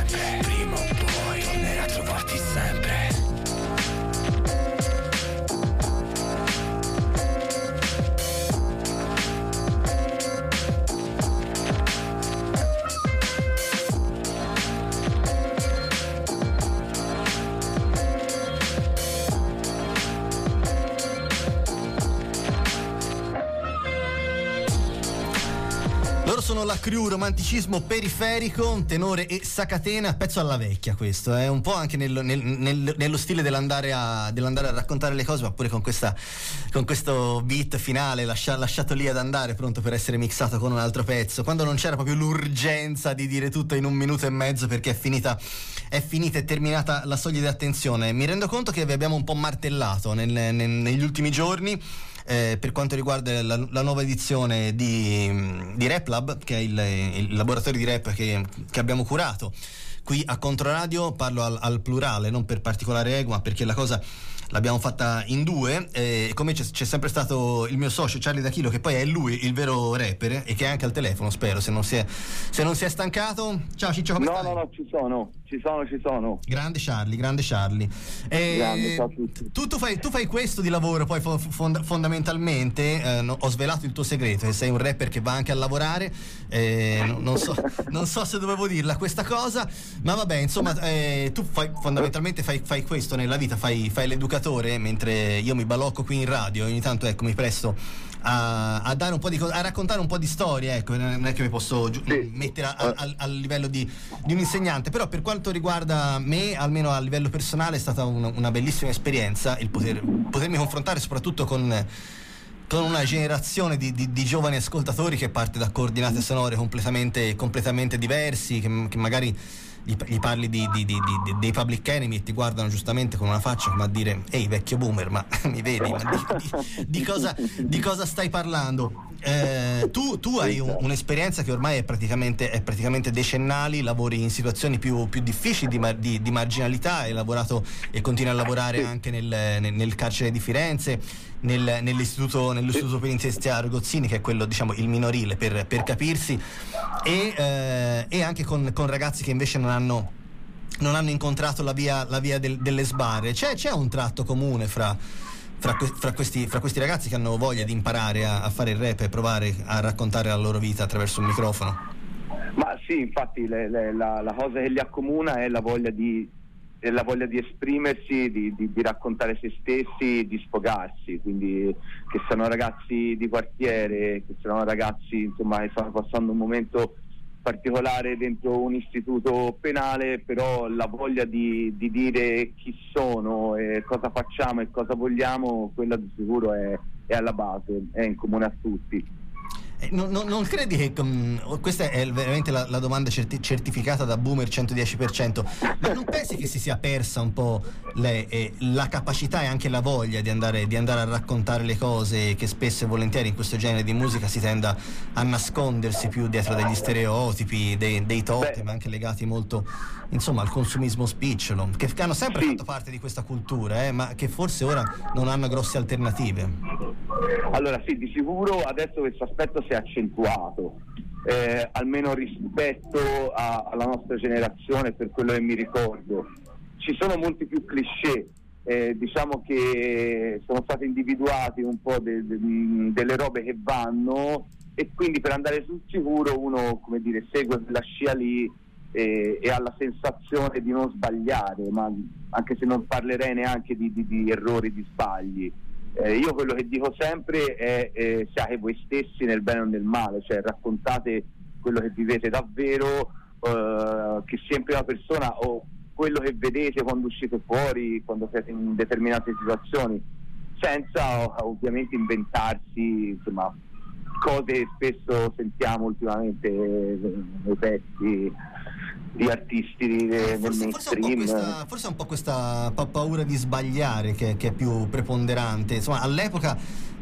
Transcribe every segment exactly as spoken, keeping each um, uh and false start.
sempre, prima o poi tornerà a trovarti sempre. Loro sono la crew, romanticismo periferico, tenore e sacatena, pezzo alla vecchia questo, è eh? un po' anche nel, nel, nel, nello stile dell'andare a, dell'andare a raccontare le cose, ma pure con questa con questo beat finale lascia, lasciato lì ad andare, pronto per essere mixato con un altro pezzo, quando non c'era proprio l'urgenza di dire tutto in un minuto e mezzo perché è finita è finita e terminata la soglia di attenzione. Mi rendo conto che vi abbiamo un po' martellato nel, nel, negli ultimi giorni. Eh, per quanto riguarda la, la nuova edizione di, di Rap Lab, che è il, il laboratorio di rap che, che abbiamo curato qui a Controradio, parlo al, al plurale, non per particolare ego, ma perché la cosa l'abbiamo fatta in due, e eh, come c'è, c'è sempre stato il mio socio Charlie D'Achillo, che poi è lui il vero rapper e che è anche al telefono, spero, se non si è, se non si è stancato. Ciao Ciccio, come no, stai? No, no, ci sono, ci sono, ci sono. Grande Charlie, grande Charlie. Eh, grande, ciao a tutti. Tu, tu, fai, tu fai questo di lavoro, poi fond- fondamentalmente, eh, no, ho svelato il tuo segreto, che sei un rapper che va anche a lavorare, eh, no, non, so, non so se dovevo dirla questa cosa, ma vabbè, insomma, eh, tu fai, fondamentalmente fai, fai questo nella vita, fai, fai l'educatore, mentre io mi balocco qui in radio, ogni tanto ecco mi presto a, a dare un po' di co- a raccontare un po' di storie, ecco, non è che mi posso giu- sì. mettere a, a, a, a livello di, di un insegnante, però per quanto riguarda me, almeno a livello personale, è stata una, una bellissima esperienza il poter, potermi confrontare soprattutto con con una generazione di, di, di giovani ascoltatori che parte da coordinate sonore completamente, completamente diversi, che, che magari gli, gli parli di, di, di, di, dei Public Enemy e ti guardano giustamente con una faccia come a dire: ehi vecchio boomer, ma mi vedi, ma di, di, di, cosa, di cosa stai parlando? Eh, tu, tu hai un, un'esperienza che ormai è praticamente, è praticamente decennali, lavori in situazioni più, più difficili di, mar, di, di marginalità, hai lavorato e continui a lavorare anche nel, nel, nel carcere di Firenze, nel, nell'istituto, nell'istituto penitenziario Gozzini, che è quello, diciamo, il minorile per, per capirsi, e, eh, e anche con, con ragazzi che invece non hanno non hanno incontrato la via, la via del, delle sbarre. C'è, c'è un tratto comune fra Fra, que- fra, questi, fra questi ragazzi che hanno voglia di imparare a, a fare il rap e provare a raccontare la loro vita attraverso un microfono? Ma sì, infatti le, le, la, la cosa che li accomuna è la voglia di, è la voglia di esprimersi, di, di, di raccontare se stessi, di sfogarsi, quindi che siano ragazzi di quartiere, che siano ragazzi insomma che stanno passando un momento particolare dentro un istituto penale, però la voglia di, di dire chi sono e cosa facciamo e cosa vogliamo, quella di sicuro è, è alla base, è in comune a tutti. Eh, non, non, non credi che um, questa è veramente la, la domanda certi, certificata da Boomer centodieci per cento, ma non pensi che si sia persa un po' le, eh, la capacità e anche la voglia di andare, di andare a raccontare le cose, che spesso e volentieri in questo genere di musica si tenda a nascondersi più dietro degli stereotipi, dei, dei totem, anche legati molto insomma al consumismo spicciolo, che hanno sempre sì. fatto parte di questa cultura, eh, ma che forse ora non hanno grosse alternative? Allora sì, di sicuro adesso questo aspetto si è accentuato, eh, almeno rispetto a, alla nostra generazione, per quello che mi ricordo. Ci sono molti più cliché, eh, diciamo che sono stati individuati un po' de, de, delle robe che vanno, e quindi per andare sul sicuro uno, come dire, segue quella scia lì e, e ha la sensazione di non sbagliare, ma anche se non parlerei neanche di, di, di errori, di sbagli. Eh, io quello che dico sempre è eh, siate voi stessi nel bene o nel male, cioè raccontate quello che vivete davvero, eh, che sia in prima persona o quello che vedete quando uscite fuori, quando siete in determinate situazioni, senza ovviamente inventarsi insomma cose che spesso sentiamo ultimamente nei pezzi di artisti de, forse, del forse, mainstream. un po' questa, forse è un po' questa pa- paura di sbagliare che, che è più preponderante. Insomma, all'epoca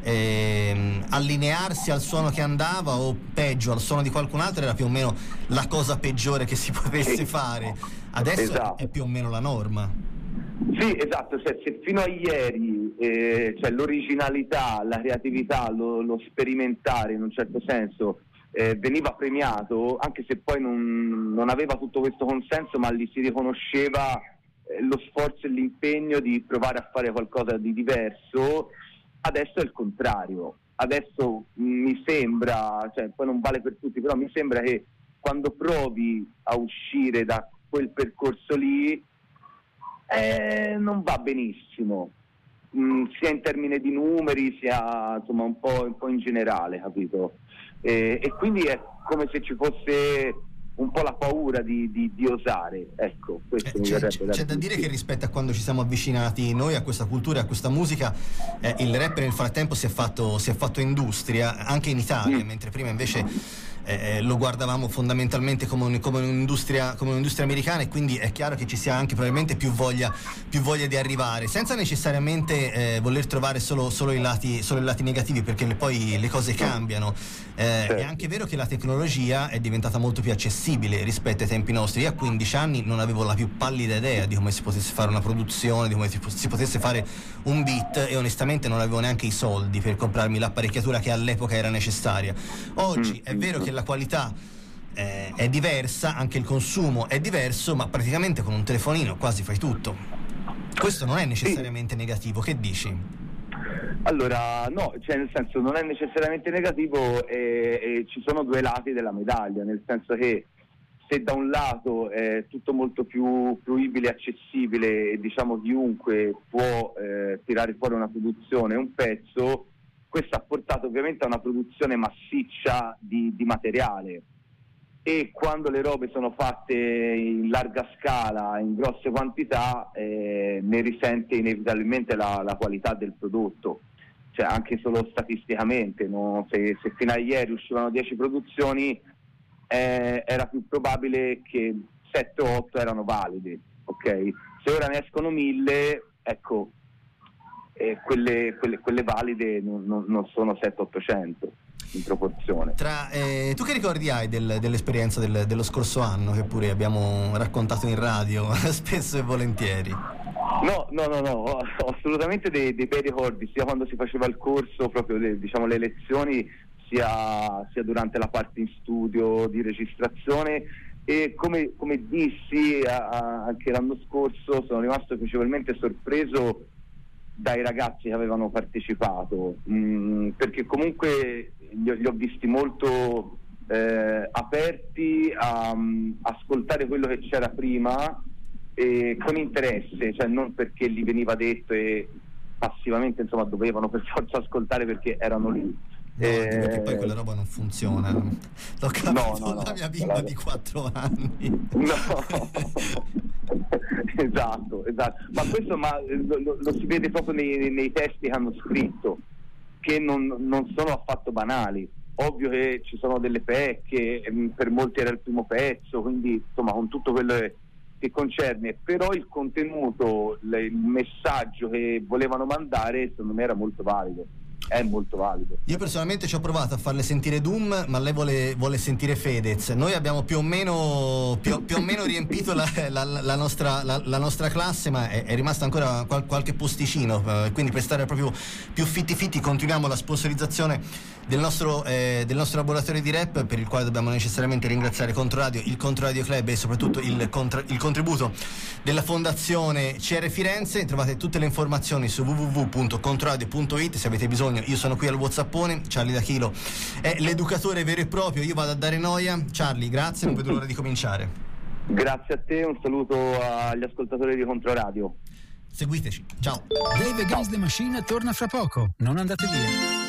ehm, allinearsi al suono che andava, o peggio al suono di qualcun altro, era più o meno la cosa peggiore che si potesse sì. fare. Adesso esatto. è più o meno la norma. Sì, esatto, cioè, se fino a ieri eh, cioè, l'originalità, la creatività, lo, lo sperimentare in un certo senso eh, veniva premiato, anche se poi non, non aveva tutto questo consenso, ma gli si riconosceva eh, lo sforzo e l'impegno di provare a fare qualcosa di diverso. Adesso è il contrario. Adesso mi sembra, cioè poi non vale per tutti, però mi sembra che quando provi a uscire da quel percorso lì eh, non va benissimo, mm, sia in termini di numeri, sia insomma un po', un po' in generale, capito? E, e quindi è come se ci fosse un po' la paura di, di, di osare, ecco, questo eh, mi c'è, verrebbe da c'è da dire che rispetto a quando ci siamo avvicinati noi a questa cultura e a questa musica, eh, il rap nel frattempo si è fatto, si è fatto industria anche in Italia, mm. mentre prima invece eh, lo guardavamo fondamentalmente come, un, come, un'industria, come un'industria americana, e quindi è chiaro che ci sia anche probabilmente più voglia, più voglia di arrivare, senza necessariamente eh, voler trovare solo, solo, i lati, solo i lati negativi, perché le, poi le cose cambiano. Eh, è anche vero che la tecnologia è diventata molto più accessibile rispetto ai tempi nostri. Io a quindici anni non avevo la più pallida idea di come si potesse fare una produzione, di come si potesse fare un beat, e onestamente non avevo neanche i soldi per comprarmi l'apparecchiatura che all'epoca era necessaria. Oggi è vero che la qualità eh, è diversa, anche il consumo è diverso, ma praticamente con un telefonino quasi fai tutto. Questo non è necessariamente negativo, che dici? Allora, no, cioè nel senso non è necessariamente negativo, e, e ci sono due lati della medaglia, nel senso che se da un lato è tutto molto più fruibile e accessibile e diciamo chiunque può eh, tirare fuori una produzione, un pezzo, questo ha portato ovviamente a una produzione massiccia di, di materiale, e quando le robe sono fatte in larga scala, in grosse quantità, eh, ne risente inevitabilmente la, la qualità del prodotto. Cioè anche solo statisticamente, no? se, se fino a ieri uscivano dieci produzioni, eh, era più probabile che sette o otto erano valide, ok? Se ora ne escono mille, ecco, eh, quelle, quelle, quelle valide non, non, non sono sette ottocento in proporzione. Tra, eh, tu che ricordi hai del, dell'esperienza del, dello scorso anno, che pure abbiamo raccontato in radio spesso e volentieri? No, no, no, no, ho, ho assolutamente dei, dei bei ricordi, sia quando si faceva il corso, proprio le, diciamo le lezioni, sia, sia durante la parte in studio di registrazione, e come, come dissi a, a, anche l'anno scorso, sono rimasto piacevolmente sorpreso dai ragazzi che avevano partecipato, mh, perché comunque li, li ho visti molto eh, aperti a um, ascoltare quello che c'era prima, e con interesse, cioè non perché gli veniva detto e passivamente insomma dovevano per forza ascoltare perché erano lì. No, eh, perché poi quella roba non funziona. L'ho capito no, no, no, la mia bimba la... di quattro anni. No. esatto, esatto. Ma questo ma, lo, lo, lo si vede proprio nei, nei testi che hanno scritto, che non, non sono affatto banali. Ovvio che ci sono delle pecche, per molti era il primo pezzo, quindi insomma con tutto quello che che concerne, però il contenuto, il messaggio che volevano mandare secondo me era molto valido, è molto valido. Io personalmente ci ho provato a farle sentire Doom, ma lei vuole, vuole sentire Fedez. Noi abbiamo più o meno più, più o meno riempito la, la, la, nostra, la, la nostra classe, ma è, è rimasto ancora qual, qualche posticino, quindi per stare proprio più fitti fitti continuiamo la sponsorizzazione del nostro, eh, del nostro laboratorio di rap, per il quale dobbiamo necessariamente ringraziare Controradio, il Controradio Club e soprattutto il, contra- il contributo della fondazione C R Firenze. Trovate tutte le informazioni su w w w punto controradio punto it se avete bisogno. Io sono qui al WhatsAppone, Charlie D'Achilo è l'educatore vero e proprio, io vado a dare noia. Charlie, grazie, non vedo l'ora di cominciare. Grazie a te, un saluto agli ascoltatori di Controradio. Seguiteci, ciao. Dave Against the Machine torna fra poco, non andate via.